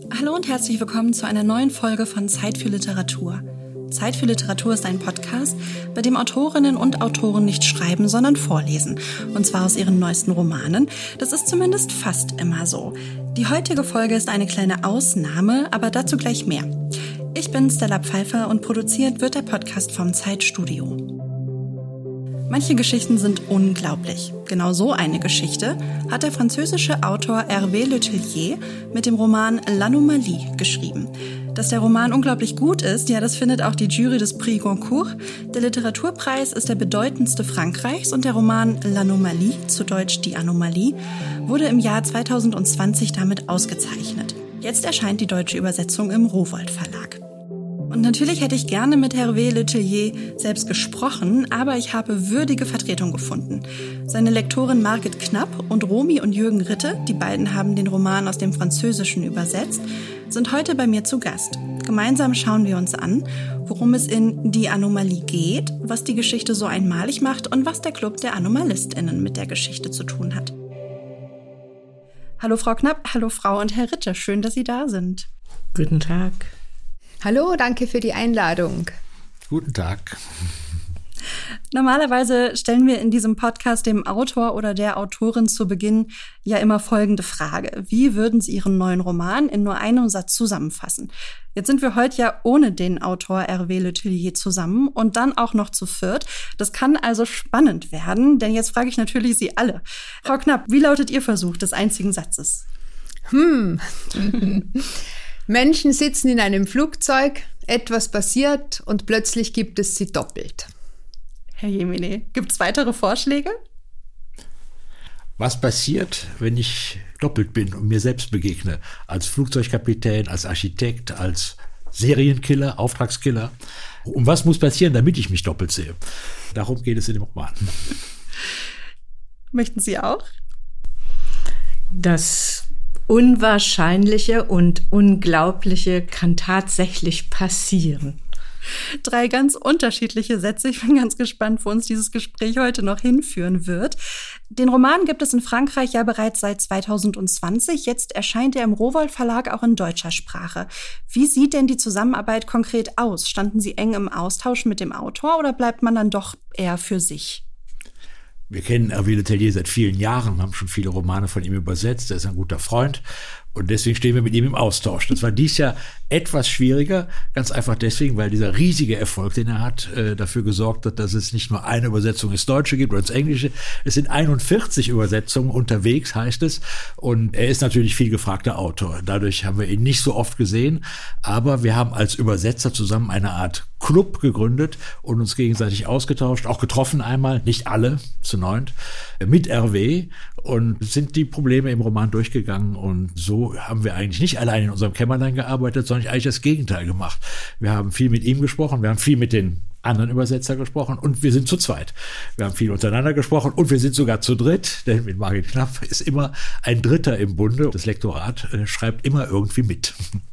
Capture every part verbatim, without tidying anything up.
Hallo und herzlich willkommen zu einer neuen Folge von Zeit für Literatur. Zeit für Literatur ist ein Podcast, bei dem Autorinnen und Autoren nicht schreiben, sondern vorlesen. Und zwar aus ihren neuesten Romanen. Das ist zumindest fast immer so. Die heutige Folge ist eine kleine Ausnahme, aber dazu gleich mehr. Ich bin Stella Pfeiffer und produziert wird der Podcast vom Zeitstudio. Manche Geschichten sind unglaublich. Genau so eine Geschichte hat der französische Autor Hervé Letellier mit dem Roman L'Anomalie geschrieben. Dass der Roman unglaublich gut ist, ja, das findet auch die Jury des Prix Goncourt. Der Literaturpreis ist der bedeutendste Frankreichs und der Roman L'Anomalie, zu Deutsch Die Anomalie, wurde im Jahr zwanzig zwanzig damit ausgezeichnet. Jetzt erscheint die deutsche Übersetzung im Rowohlt Verlag. Und natürlich hätte ich gerne mit Hervé Letellier selbst gesprochen, aber ich habe würdige Vertretung gefunden. Seine Lektorin Margit Knapp und Romy und Jürgen Ritte, die beiden haben den Roman aus dem Französischen übersetzt, sind heute bei mir zu Gast. Gemeinsam schauen wir uns an, worum es in Die Anomalie geht, was die Geschichte so einmalig macht und was der Club der AnomalistInnen mit der Geschichte zu tun hat. Hallo Frau Knapp, hallo Frau und Herr Ritte, schön, dass Sie da sind. Guten Tag. Hallo, danke für die Einladung. Guten Tag. Normalerweise stellen wir in diesem Podcast dem Autor oder der Autorin zu Beginn ja immer folgende Frage. Wie würden Sie Ihren neuen Roman in nur einem Satz zusammenfassen? Jetzt sind wir heute ja ohne den Autor Hervé Letellier zusammen und dann auch noch zu viert. Das kann also spannend werden, denn jetzt frage ich natürlich Sie alle. Frau Knapp, wie lautet Ihr Versuch des einzigen Satzes? Hm... Menschen sitzen in einem Flugzeug, etwas passiert und plötzlich gibt es sie doppelt. Herr Jemine, gibt es weitere Vorschläge? Was passiert, wenn ich doppelt bin und mir selbst begegne? Als Flugzeugkapitän, als Architekt, als Serienkiller, Auftragskiller. Und was muss passieren, damit ich mich doppelt sehe? Darum geht es in dem Roman. Möchten Sie auch? Das Unwahrscheinliche und Unglaubliche kann tatsächlich passieren. Drei ganz unterschiedliche Sätze. Ich bin ganz gespannt, wo uns dieses Gespräch heute noch hinführen wird. Den Roman gibt es in Frankreich ja bereits seit zwanzig zwanzig. Jetzt erscheint er im Rowohlt Verlag auch in deutscher Sprache. Wie sieht denn die Zusammenarbeit konkret aus? Standen Sie eng im Austausch mit dem Autor oder bleibt man dann doch eher für sich? Wir kennen Hervé Letellier seit vielen Jahren, haben schon viele Romane von ihm übersetzt. Er ist ein guter Freund und deswegen stehen wir mit ihm im Austausch. Das war dies Jahr etwas schwieriger, ganz einfach deswegen, weil dieser riesige Erfolg, den er hat, äh, dafür gesorgt hat, dass es nicht nur eine Übersetzung ins Deutsche gibt oder ins Englische. Es sind einundvierzig Übersetzungen unterwegs, heißt es. Und er ist natürlich viel gefragter Autor. Dadurch haben wir ihn nicht so oft gesehen. Aber wir haben als Übersetzer zusammen eine Art Club gegründet und uns gegenseitig ausgetauscht, auch getroffen einmal, nicht alle, zu neunt, mit Hervé und sind die Probleme im Roman durchgegangen. Und so haben wir eigentlich nicht allein in unserem Kämmerlein gearbeitet, sondern eigentlich das Gegenteil gemacht. Wir haben viel mit ihm gesprochen, wir haben viel mit den anderen Übersetzer gesprochen und wir sind zu zweit. Wir haben viel untereinander gesprochen und wir sind sogar zu dritt, denn mit Margit Knapp ist immer ein Dritter im Bunde. Das Lektorat äh, schreibt immer irgendwie mit.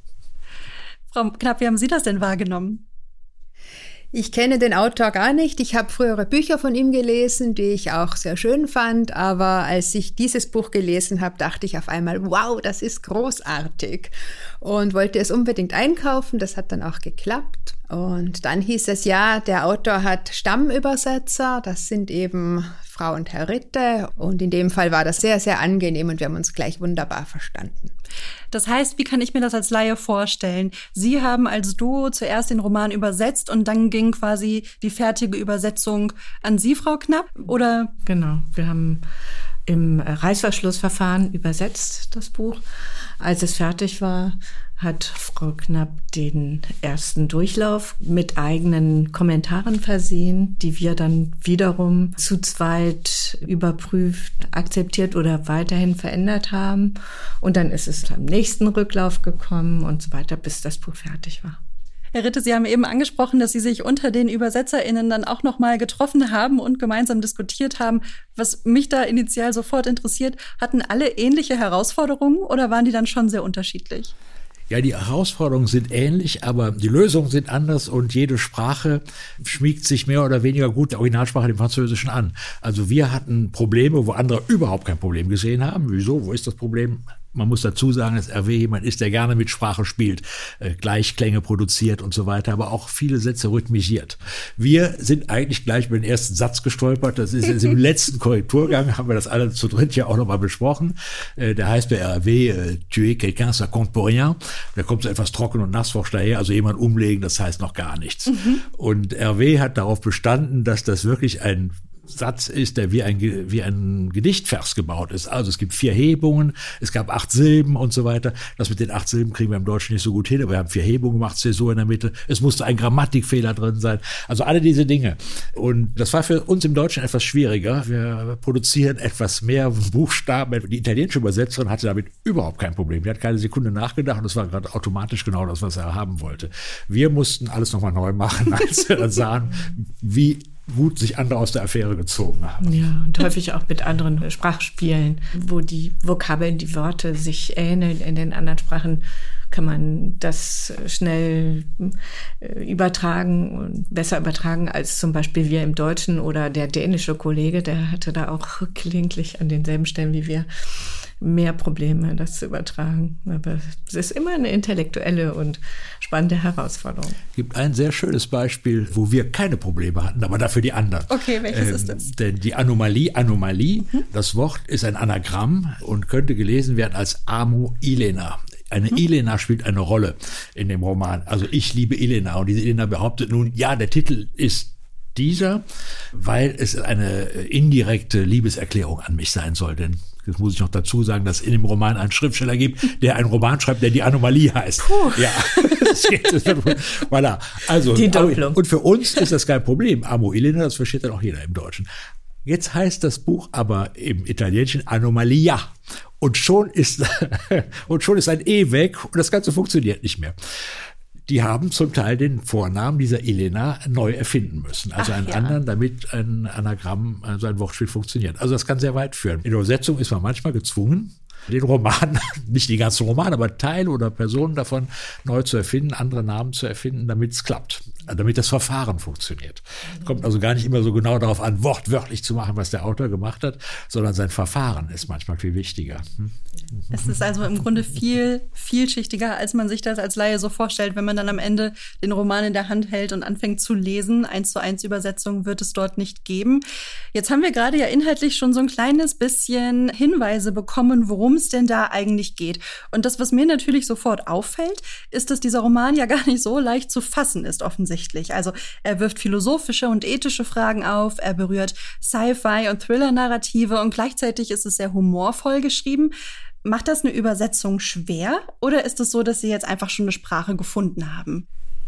Frau Knapp, wie haben Sie das denn wahrgenommen? Ich kenne den Autor gar nicht. Ich habe frühere Bücher von ihm gelesen, die ich auch sehr schön fand. Aber als ich dieses Buch gelesen habe, dachte ich auf einmal, wow, das ist großartig. Und wollte es unbedingt einkaufen. Das hat dann auch geklappt. Und dann hieß es, ja, der Autor hat Stammübersetzer. Das sind eben Frau und Herr Ritte. Und in dem Fall war das sehr, sehr angenehm und wir haben uns gleich wunderbar verstanden. Das heißt, wie kann ich mir das als Laie vorstellen? Sie haben als Duo zuerst den Roman übersetzt und dann ging quasi die fertige Übersetzung an Sie, Frau Knapp, oder? Genau, wir haben im Reißverschlussverfahren übersetzt, das Buch. Als es fertig war, hat Frau Knapp den ersten Durchlauf mit eigenen Kommentaren versehen, die wir dann wiederum zu zweit überprüft, akzeptiert oder weiterhin verändert haben. Und dann ist es am nächsten Rücklauf gekommen und so weiter, bis das Buch fertig war. Herr Ritte, Sie haben eben angesprochen, dass Sie sich unter den ÜbersetzerInnen dann auch noch mal getroffen haben und gemeinsam diskutiert haben. Was mich da initial sofort interessiert, hatten alle ähnliche Herausforderungen oder waren die dann schon sehr unterschiedlich? Ja, die Herausforderungen sind ähnlich, aber die Lösungen sind anders und jede Sprache schmiegt sich mehr oder weniger gut der Originalsprache dem Französischen an. Also wir hatten Probleme, wo andere überhaupt kein Problem gesehen haben. Wieso? Wo ist das Problem? Man muss dazu sagen, dass R W jemand ist, der gerne mit Sprache spielt, äh, Gleichklänge produziert und so weiter, aber auch viele Sätze rhythmisiert. Wir sind eigentlich gleich über den ersten Satz gestolpert. Das ist, ist im letzten Korrekturgang, haben wir das alle zu dritt ja auch nochmal besprochen. Äh, der heißt bei R W, äh, tu es quelqu'un, ça compte pour rien. Der kommt so etwas trocken und nassforsch daher, also jemand umlegen, das heißt noch gar nichts. Mhm. Und R W hat darauf bestanden, dass das wirklich ein Satz ist, der wie ein, wie ein Gedichtvers gebaut ist. Also es gibt vier Hebungen, es gab acht Silben und so weiter. Das mit den acht Silben kriegen wir im Deutschen nicht so gut hin, aber wir haben vier Hebungen gemacht, Zäsur in der Mitte. Es musste ein Grammatikfehler drin sein. Also alle diese Dinge. Und das war für uns im Deutschen etwas schwieriger. Wir produzieren etwas mehr Buchstaben. Die italienische Übersetzerin hatte damit überhaupt kein Problem. Die hat keine Sekunde nachgedacht und das war gerade automatisch genau das, was er haben wollte. Wir mussten alles nochmal neu machen, als wir dann sahen, wie gut sich andere aus der Affäre gezogen haben. Ja, und häufig auch mit anderen Sprachspielen, wo die Vokabeln, die Worte sich ähneln. In den anderen Sprachen kann man das schnell übertragen und besser übertragen als zum Beispiel wir im Deutschen oder der dänische Kollege, der hatte da auch klinglich an denselben Stellen wie wir mehr Probleme, das zu übertragen. Aber es ist immer eine intellektuelle und spannende Herausforderung. Es gibt ein sehr schönes Beispiel, wo wir keine Probleme hatten, aber dafür die anderen. Okay, welches ähm, ist das? Denn die Anomalie, Anomalie, mhm. das Wort ist ein Anagramm und könnte gelesen werden als Amo Ilena. Eine mhm. Ilena spielt eine Rolle in dem Roman. Also ich liebe Ilena und diese Ilena behauptet nun, ja, der Titel ist dieser, weil es eine indirekte Liebeserklärung an mich sein soll. Denn das muss ich noch dazu sagen, dass es in dem Roman einen Schriftsteller gibt, der einen Roman schreibt, der die Anomalie heißt. Puh. Ja, das geht, das wird, voilà. Also, die Doppelung. Und für uns ist das kein Problem. Amo Ilena, das versteht dann auch jeder im Deutschen. Jetzt heißt das Buch aber im Italienischen Anomalia. Und schon ist, und schon ist ein E weg und das Ganze funktioniert nicht mehr. Die haben zum Teil den Vornamen dieser Elena neu erfinden müssen. Also Ach, einen ja. anderen, damit ein Anagramm, also ein Wortspiel funktioniert. Also das kann sehr weit führen. In der Übersetzung ist man manchmal gezwungen, den Roman, nicht den ganzen Roman, aber Teile oder Personen davon neu zu erfinden, andere Namen zu erfinden, damit es klappt, damit das Verfahren funktioniert. Es kommt also gar nicht immer so genau darauf an, wortwörtlich zu machen, was der Autor gemacht hat, sondern sein Verfahren ist manchmal viel wichtiger. Hm? Es ist also im Grunde viel vielschichtiger, als man sich das als Laie so vorstellt, wenn man dann am Ende den Roman in der Hand hält und anfängt zu lesen. Eins zu eins Übersetzung wird es dort nicht geben. Jetzt haben wir gerade ja inhaltlich schon so ein kleines bisschen Hinweise bekommen, worum es denn da eigentlich geht. Und das, was mir natürlich sofort auffällt, ist, dass dieser Roman ja gar nicht so leicht zu fassen ist, offensichtlich. Also er wirft philosophische und ethische Fragen auf, er berührt Sci-Fi und Thriller-Narrative und gleichzeitig ist es sehr humorvoll geschrieben. Macht das eine Übersetzung schwer oder ist es so, dass Sie jetzt einfach schon eine Sprache gefunden haben?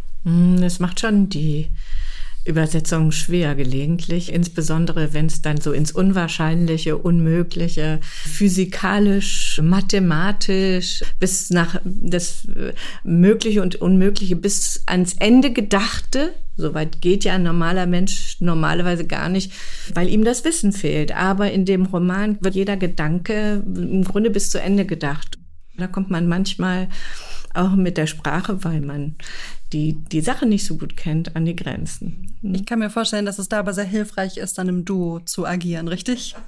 Das macht schon die Übersetzung schwer gelegentlich, insbesondere wenn es dann so ins Unwahrscheinliche, Unmögliche, physikalisch, mathematisch, bis nach das Mögliche und Unmögliche, bis ans Ende Gedachte. Soweit geht ja ein normaler Mensch normalerweise gar nicht, weil ihm das Wissen fehlt. Aber in dem Roman wird jeder Gedanke im Grunde bis zu Ende gedacht. Da kommt man manchmal auch mit der Sprache, weil man die, die Sache nicht so gut kennt, an die Grenzen. Ich kann mir vorstellen, dass es da aber sehr hilfreich ist, dann im Duo zu agieren, richtig?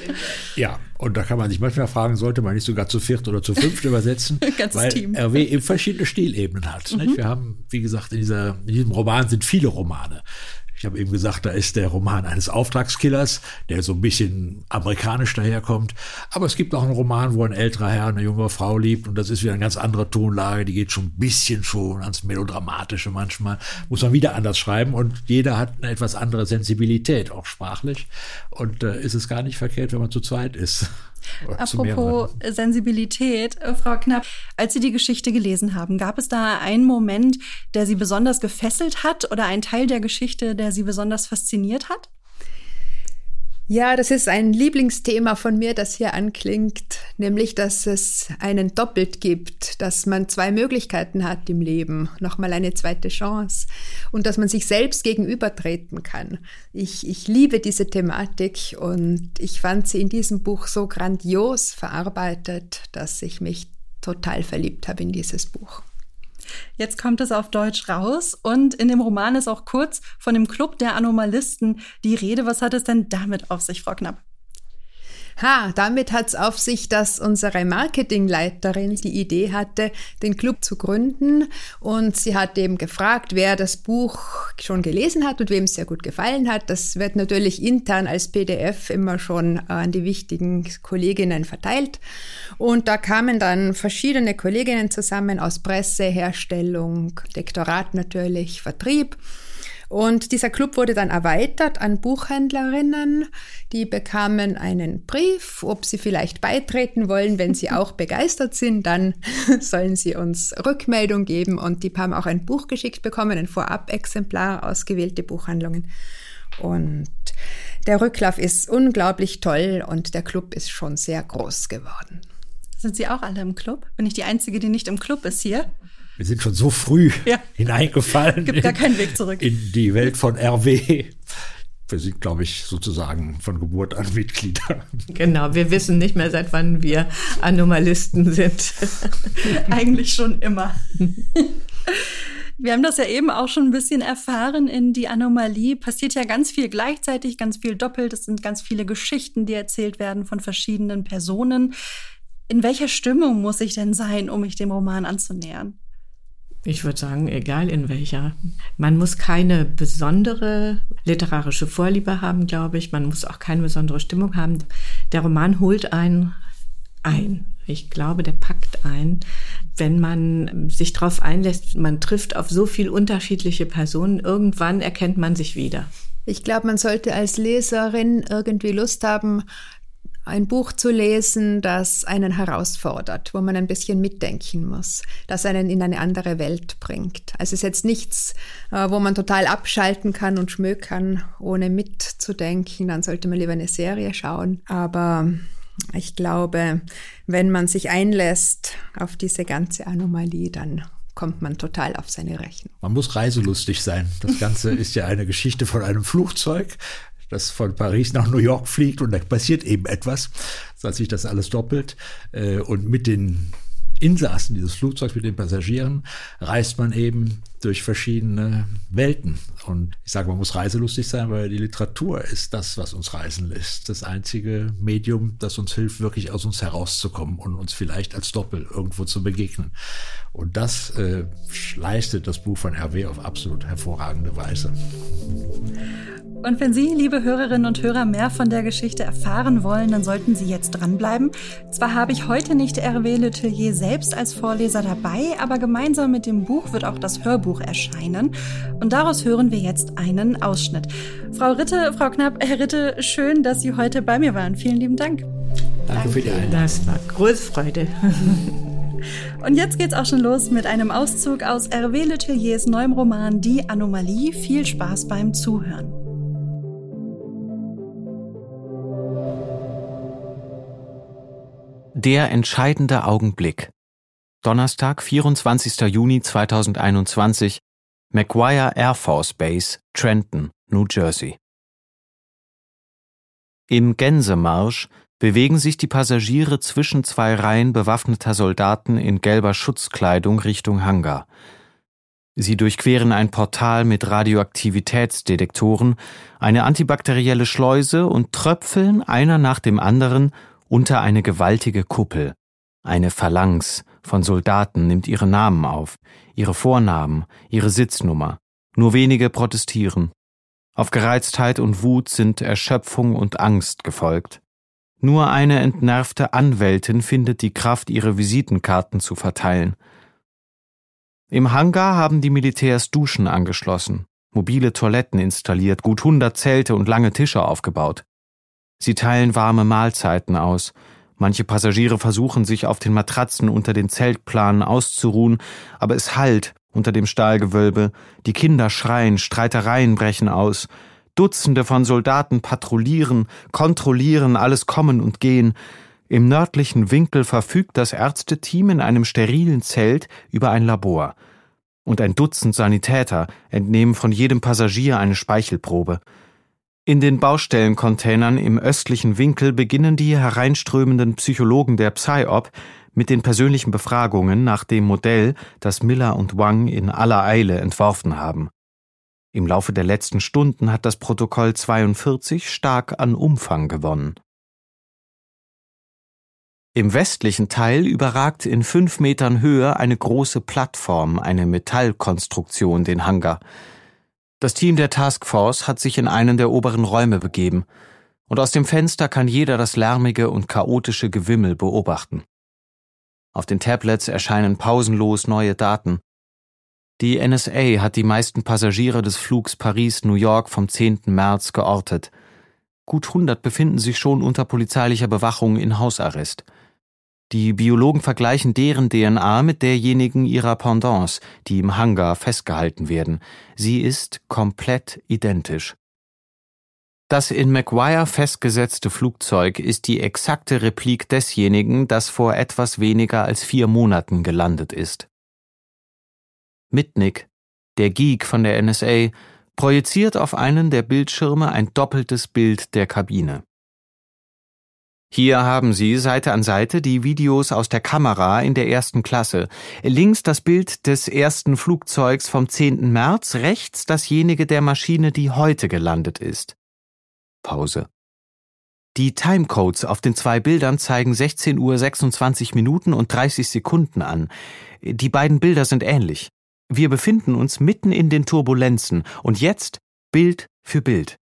Ja, und da kann man sich manchmal fragen, sollte man nicht sogar zu viert oder zu fünft übersetzen, weil Team. R W eben verschiedene Stilebenen hat. Mhm. Wir haben, wie gesagt, in, dieser, in diesem Roman sind viele Romane. Ich habe eben gesagt, da ist der Roman eines Auftragskillers, der so ein bisschen amerikanisch daherkommt. Aber es gibt auch einen Roman, wo ein älterer Herr eine junge Frau liebt und das ist wieder eine ganz andere Tonlage. Die geht schon ein bisschen schon ans Melodramatische manchmal. Muss man wieder anders schreiben und jeder hat eine etwas andere Sensibilität, auch sprachlich. Und äh, ist es gar nicht verkehrt, wenn man zu zweit ist. Apropos Sensibilität, äh, Frau Knapp, als Sie die Geschichte gelesen haben, gab es da einen Moment, der Sie besonders gefesselt hat oder einen Teil der Geschichte, der Sie besonders fasziniert hat? Ja, das ist ein Lieblingsthema von mir, das hier anklingt, nämlich, dass es einen doppelt gibt, dass man zwei Möglichkeiten hat im Leben, nochmal eine zweite Chance und dass man sich selbst gegenübertreten kann. Ich, ich liebe diese Thematik und ich fand sie in diesem Buch so grandios verarbeitet, dass ich mich total verliebt habe in dieses Buch. Jetzt kommt es auf Deutsch raus und in dem Roman ist auch kurz von dem Club der Anomalisten die Rede. Was hat es denn damit auf sich, Frau Knapp? Ha, damit hat's auf sich, dass unsere Marketingleiterin die Idee hatte, den Club zu gründen. Und sie hat eben gefragt, wer das Buch schon gelesen hat und wem es sehr gut gefallen hat. Das wird natürlich intern als P D F immer schon an die wichtigen Kolleginnen verteilt. Und da kamen dann verschiedene Kolleginnen zusammen aus Presse, Herstellung, Lektorat natürlich, Vertrieb. Und dieser Club wurde dann erweitert an Buchhändlerinnen. Die bekamen einen Brief, ob sie vielleicht beitreten wollen. Wenn sie auch begeistert sind, dann sollen sie uns Rückmeldung geben. Und die haben auch ein Buch geschickt bekommen, ein Vorab-Exemplar, ausgewählte Buchhandlungen. Und der Rücklauf ist unglaublich toll und der Club ist schon sehr groß geworden. Sind Sie auch alle im Club? Bin ich die Einzige, die nicht im Club ist hier? Wir sind schon so früh ja. hineingefallen. Gibt gar keinen Weg zurück. In die Welt von R W. Wir sind, glaube ich, sozusagen von Geburt an Mitglieder. Genau, wir wissen nicht mehr, seit wann wir Anomalisten sind. Eigentlich schon immer. Wir haben das ja eben auch schon ein bisschen erfahren. In Die Anomalie passiert ja ganz viel gleichzeitig, ganz viel doppelt. Es sind ganz viele Geschichten, die erzählt werden von verschiedenen Personen. In welcher Stimmung muss ich denn sein, um mich dem Roman anzunähern? Ich würde sagen, egal in welcher. Man muss keine besondere literarische Vorliebe haben, glaube ich. Man muss auch keine besondere Stimmung haben. Der Roman holt einen ein. Ich glaube, der packt ein. Wenn man sich darauf einlässt, man trifft auf so viele unterschiedliche Personen, irgendwann erkennt man sich wieder. Ich glaube, man sollte als Leserin irgendwie Lust haben, ein Buch zu lesen, das einen herausfordert, wo man ein bisschen mitdenken muss, das einen in eine andere Welt bringt. Also es ist jetzt nichts, wo man total abschalten kann und schmökern, ohne mitzudenken. Dann sollte man lieber eine Serie schauen. Aber ich glaube, wenn man sich einlässt auf diese ganze Anomalie, dann kommt man total auf seine Rechnung. Man muss reiselustig sein. Das Ganze ist ja eine Geschichte von einem Flugzeug, das von Paris nach New York fliegt und da passiert eben etwas, dass sich das alles doppelt. Und mit den Insassen dieses Flugzeugs, mit den Passagieren, reist man eben durch verschiedene Welten. Und ich sage, man muss reiselustig sein, weil die Literatur ist das, was uns reisen lässt. Das einzige Medium, das uns hilft, wirklich aus uns herauszukommen und uns vielleicht als Doppel irgendwo zu begegnen. Und das äh, leistet das Buch von R W auf absolut hervorragende Weise. Und wenn Sie, liebe Hörerinnen und Hörer, mehr von der Geschichte erfahren wollen, dann sollten Sie jetzt dranbleiben. Zwar habe ich heute nicht R W Letellier selbst als Vorleser dabei, aber gemeinsam mit dem Buch wird auch das Hörbuch erscheinen. Und daraus hören wir jetzt einen Ausschnitt. Frau Ritte, Frau Knapp, Herr Ritte, schön, dass Sie heute bei mir waren. Vielen lieben Dank. Danke für die Einladung. Das war große Freude. Und jetzt geht's auch schon los mit einem Auszug aus R W Letelliers neuem Roman Die Anomalie. Viel Spaß beim Zuhören. Der entscheidende Augenblick. Donnerstag, vierundzwanzigster Juni zweitausendeinundzwanzig, McGuire Air Force Base, Trenton, New Jersey. Im Gänsemarsch bewegen sich die Passagiere zwischen zwei Reihen bewaffneter Soldaten in gelber Schutzkleidung Richtung Hangar. Sie durchqueren ein Portal mit Radioaktivitätsdetektoren, eine antibakterielle Schleuse und tröpfeln einer nach dem anderen unter eine gewaltige Kuppel. Eine Phalanx von Soldaten nimmt ihre Namen auf, ihre Vornamen, ihre Sitznummer. Nur wenige protestieren. Auf Gereiztheit und Wut sind Erschöpfung und Angst gefolgt. Nur eine entnervte Anwältin findet die Kraft, ihre Visitenkarten zu verteilen. Im Hangar haben die Militärs Duschen angeschlossen, mobile Toiletten installiert, gut hundert Zelte und lange Tische aufgebaut. Sie teilen warme Mahlzeiten aus. Manche Passagiere versuchen, sich auf den Matratzen unter den Zeltplanen auszuruhen, aber es hallt unter dem Stahlgewölbe. Die Kinder schreien, Streitereien brechen aus. Dutzende von Soldaten patrouillieren, kontrollieren alles Kommen und Gehen. Im nördlichen Winkel verfügt das Ärzteteam in einem sterilen Zelt über ein Labor. Und ein Dutzend Sanitäter entnehmen von jedem Passagier eine Speichelprobe. In den Baustellencontainern im östlichen Winkel beginnen die hereinströmenden Psychologen der Psy-Op mit den persönlichen Befragungen nach dem Modell, das Miller und Wang in aller Eile entworfen haben. Im Laufe der letzten Stunden hat das Protokoll zweiundvierzig stark an Umfang gewonnen. Im westlichen Teil überragt in fünf Metern Höhe eine große Plattform, eine Metallkonstruktion, den Hangar. Das Team der Taskforce hat sich in einen der oberen Räume begeben, und aus dem Fenster kann jeder das lärmige und chaotische Gewimmel beobachten. Auf den Tablets erscheinen pausenlos neue Daten. Die N S A hat die meisten Passagiere des Flugs Paris-New York vom zehnten März geortet. Gut hundert befinden sich schon unter polizeilicher Bewachung in Hausarrest. Die Biologen vergleichen deren D N A mit derjenigen ihrer Pendants, die im Hangar festgehalten werden. Sie ist komplett identisch. Das in Maguire festgesetzte Flugzeug ist die exakte Replik desjenigen, das vor etwas weniger als vier Monaten gelandet ist. Mitnick, der Geek von der N S A, projiziert auf einen der Bildschirme ein doppeltes Bild der Kabine. Hier haben Sie Seite an Seite die Videos aus der Kamera in der ersten Klasse. Links das Bild des ersten Flugzeugs vom zehnten März, rechts dasjenige der Maschine, die heute gelandet ist. Pause. Die Timecodes auf den zwei Bildern zeigen sechzehn Uhr sechsundzwanzig Minuten und dreißig Sekunden an. Die beiden Bilder sind ähnlich. Wir befinden uns mitten in den Turbulenzen und jetzt Bild für Bild.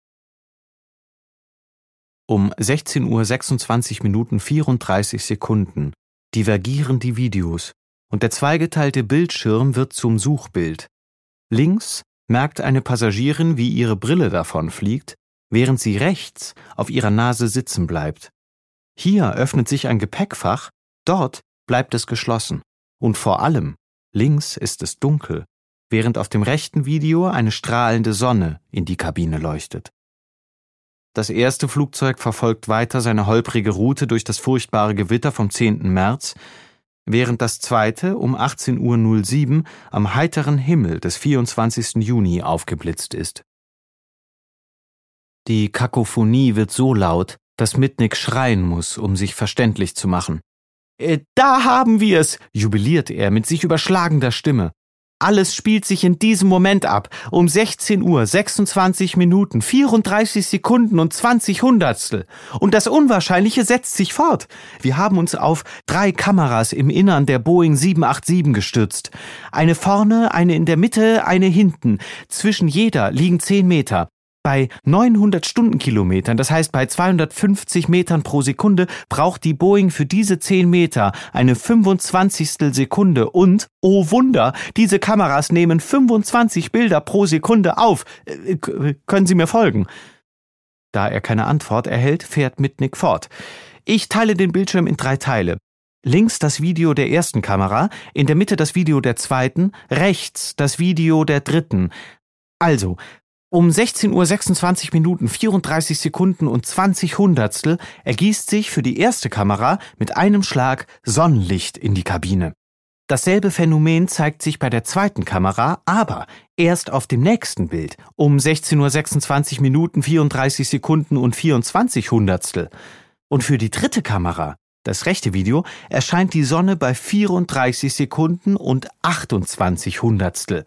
Um sechzehn Uhr sechsundzwanzig Minuten vierunddreißig Sekunden divergieren die Videos und der zweigeteilte Bildschirm wird zum Suchbild. Links merkt eine Passagierin, wie ihre Brille davonfliegt, während sie rechts auf ihrer Nase sitzen bleibt. Hier öffnet sich ein Gepäckfach, dort bleibt es geschlossen. Und vor allem, links ist es dunkel, während auf dem rechten Video eine strahlende Sonne in die Kabine leuchtet. Das erste Flugzeug verfolgt weiter seine holprige Route durch das furchtbare Gewitter vom zehnten März, während das zweite um achtzehn Uhr null sieben am heiteren Himmel des vierundzwanzigsten Juni aufgeblitzt ist. Die Kakophonie wird so laut, dass Mitnick schreien muss, um sich verständlich zu machen. Äh, »Da haben wir es«, jubiliert er mit sich überschlagender Stimme. Alles spielt sich in diesem Moment ab, um sechzehn Uhr sechsundzwanzig Minuten, vierunddreißig Sekunden und zwanzig Hundertstel. Und das Unwahrscheinliche setzt sich fort. Wir haben uns auf drei Kameras im Innern der Boeing sieben acht sieben gestürzt. Eine vorne, eine in der Mitte, eine hinten. Zwischen jeder liegen zehn Meter. Bei neunhundert Stundenkilometern, das heißt bei zweihundertfünfzig Metern pro Sekunde, braucht die Boeing für diese zehn Meter eine fünfundzwanzigstel Sekunde und, oh Wunder, diese Kameras nehmen fünfundzwanzig Bilder pro Sekunde auf. Äh, können Sie mir folgen? Da er keine Antwort erhält, fährt Mitnick fort. Ich teile den Bildschirm in drei Teile. Links das Video der ersten Kamera, in der Mitte das Video der zweiten, rechts das Video der dritten. Also, um sechzehn Uhr sechsundzwanzig Minuten, vierunddreißig Sekunden und zwanzig Hundertstel ergießt sich für die erste Kamera mit einem Schlag Sonnenlicht in die Kabine. Dasselbe Phänomen zeigt sich bei der zweiten Kamera, aber erst auf dem nächsten Bild, um sechzehn Uhr sechsundzwanzig Minuten, vierunddreißig Sekunden und vierundzwanzig Hundertstel. Und für die dritte Kamera, das rechte Video, erscheint die Sonne bei vierunddreißig Sekunden und achtundzwanzig Hundertstel.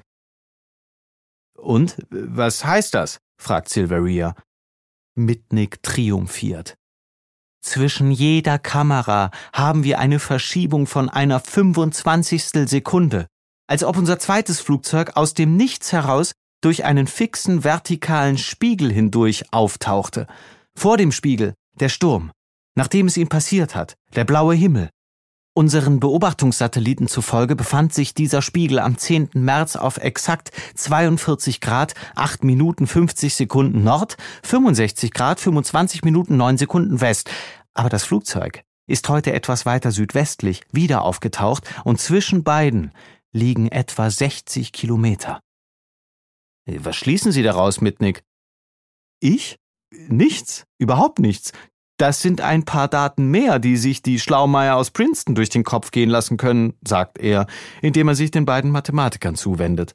»Und, was heißt das?« fragt Silveria. Mitnick triumphiert. »Zwischen jeder Kamera haben wir eine Verschiebung von einer fünfundzwanzigstel Sekunde, als ob unser zweites Flugzeug aus dem Nichts heraus durch einen fixen vertikalen Spiegel hindurch auftauchte. Vor dem Spiegel der Sturm, nachdem es ihn passiert hat, der blaue Himmel. Unseren Beobachtungssatelliten zufolge befand sich dieser Spiegel am zehnten März auf exakt zweiundvierzig Grad, acht Minuten, fünfzig Sekunden Nord, fünfundsechzig Grad, fünfundzwanzig Minuten, neun Sekunden West. Aber das Flugzeug ist heute etwas weiter südwestlich wieder aufgetaucht und zwischen beiden liegen etwa sechzig Kilometer. Was schließen Sie daraus, Mitnick? Ich? Nichts, überhaupt nichts. Das sind ein paar Daten mehr, die sich die Schlaumeier aus Princeton durch den Kopf gehen lassen können, sagt er, indem er sich den beiden Mathematikern zuwendet.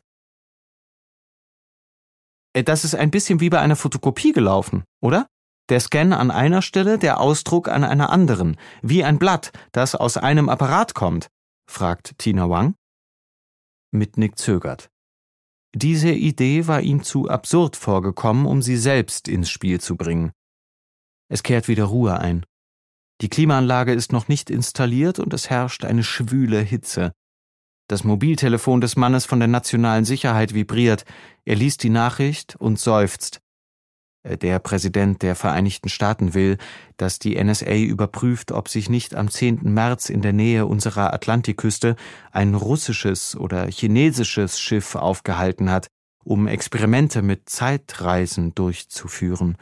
Das ist ein bisschen wie bei einer Fotokopie gelaufen, oder? Der Scan an einer Stelle, der Ausdruck an einer anderen, wie ein Blatt, das aus einem Apparat kommt, fragt Tina Wang. Mitnick zögert. Diese Idee war ihm zu absurd vorgekommen, um sie selbst ins Spiel zu bringen. Es kehrt wieder Ruhe ein. Die Klimaanlage ist noch nicht installiert und es herrscht eine schwüle Hitze. Das Mobiltelefon des Mannes von der nationalen Sicherheit vibriert. Er liest die Nachricht und seufzt. Der Präsident der Vereinigten Staaten will, dass die N S A überprüft, ob sich nicht am zehnten März in der Nähe unserer Atlantikküste ein russisches oder chinesisches Schiff aufgehalten hat, um Experimente mit Zeitreisen durchzuführen.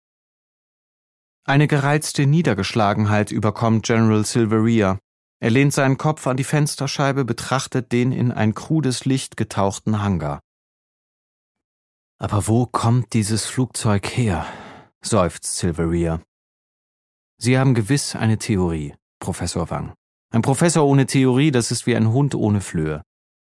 Eine gereizte Niedergeschlagenheit überkommt General Silveria. Er lehnt seinen Kopf an die Fensterscheibe, betrachtet den in ein krudes Licht getauchten Hangar. »Aber wo kommt dieses Flugzeug her?« seufzt Silveria. »Sie haben gewiss eine Theorie, Professor Wang. Ein Professor ohne Theorie, das ist wie ein Hund ohne Flöhe.«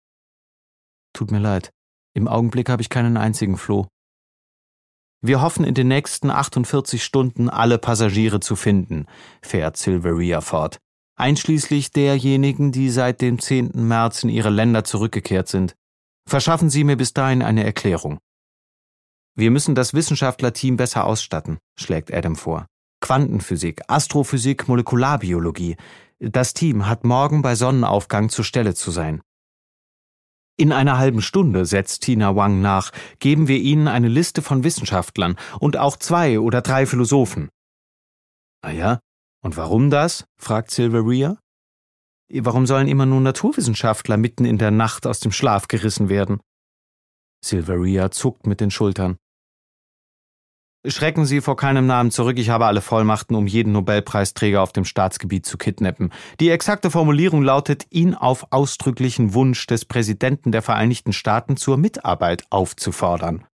»Tut mir leid, im Augenblick habe ich keinen einzigen Floh.« »Wir hoffen, in den nächsten achtundvierzig Stunden alle Passagiere zu finden«, fährt Silveria fort. »Einschließlich derjenigen, die seit dem zehnten März in ihre Länder zurückgekehrt sind. Verschaffen Sie mir bis dahin eine Erklärung.« »Wir müssen das Wissenschaftlerteam besser ausstatten«, schlägt Adam vor. »Quantenphysik, Astrophysik, Molekularbiologie. Das Team hat morgen bei Sonnenaufgang zur Stelle zu sein.« »In einer halben Stunde«, setzt Tina Wang nach, »geben wir Ihnen eine Liste von Wissenschaftlern und auch zwei oder drei Philosophen.« »Ah ja, und warum das?«, fragt Silveria. »Warum sollen immer nur Naturwissenschaftler mitten in der Nacht aus dem Schlaf gerissen werden?« Silveria zuckt mit den Schultern. »Schrecken Sie vor keinem Namen zurück, ich habe alle Vollmachten, um jeden Nobelpreisträger auf dem Staatsgebiet zu kidnappen. Die exakte Formulierung lautet, ihn auf ausdrücklichen Wunsch des Präsidenten der Vereinigten Staaten zur Mitarbeit aufzufordern.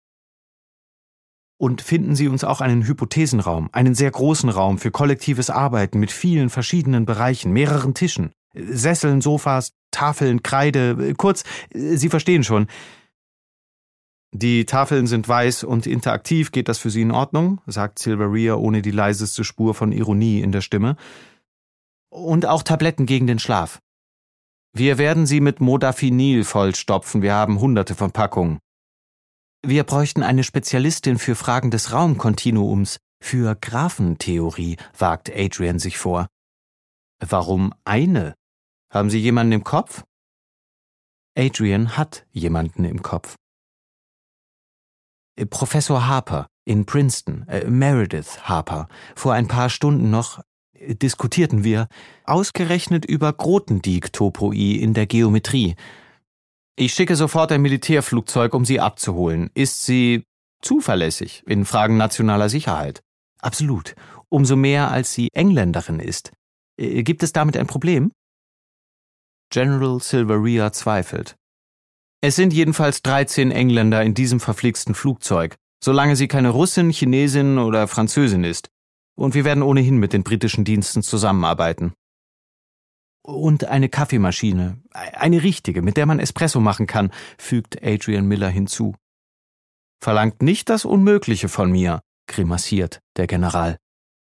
Und finden Sie uns auch einen Hypothesenraum, einen sehr großen Raum für kollektives Arbeiten mit vielen verschiedenen Bereichen, mehreren Tischen, Sesseln, Sofas, Tafeln, Kreide, kurz, Sie verstehen schon. »Die Tafeln sind weiß und interaktiv, geht das für Sie in Ordnung?«, sagt Silveria ohne die leiseste Spur von Ironie in der Stimme. »Und auch Tabletten gegen den Schlaf. Wir werden sie mit Modafinil vollstopfen, wir haben hunderte von Packungen. Wir bräuchten eine Spezialistin für Fragen des Raumkontinuums, für Graphentheorie«, wagt Adrian sich vor. »Warum eine? Haben Sie jemanden im Kopf?« Adrian hat jemanden im Kopf. Professor Harper in Princeton, äh, Meredith Harper. Vor ein paar Stunden noch äh, diskutierten wir ausgerechnet über Grothendieck-Topoi in der Geometrie. Ich schicke sofort ein Militärflugzeug, um sie abzuholen. Ist sie zuverlässig in Fragen nationaler Sicherheit? Absolut. Umso mehr, als sie Engländerin ist. Äh, gibt es damit ein Problem? General Silveria zweifelt. Es sind jedenfalls dreizehn Engländer in diesem verflixten Flugzeug, solange sie keine Russin, Chinesin oder Französin ist. Und wir werden ohnehin mit den britischen Diensten zusammenarbeiten. Und eine Kaffeemaschine, eine richtige, mit der man Espresso machen kann, fügt Adrian Miller hinzu. Verlangt nicht das Unmögliche von mir, grimassiert der General.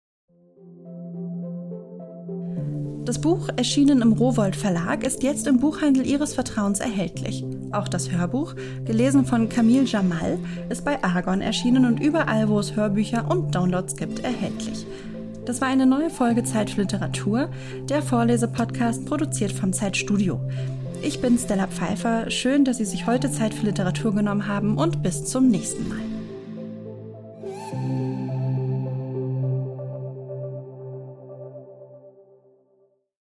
Das Buch, erschienen im Rowohlt Verlag, ist jetzt im Buchhandel Ihres Vertrauens erhältlich. Auch das Hörbuch, gelesen von Camille Jamal, ist bei Argon erschienen und überall, wo es Hörbücher und Downloads gibt, erhältlich. Das war eine neue Folge Zeit für Literatur, der Vorlesepodcast, produziert vom Zeitstudio. Ich bin Stella Pfeiffer, schön, dass Sie sich heute Zeit für Literatur genommen haben und bis zum nächsten Mal.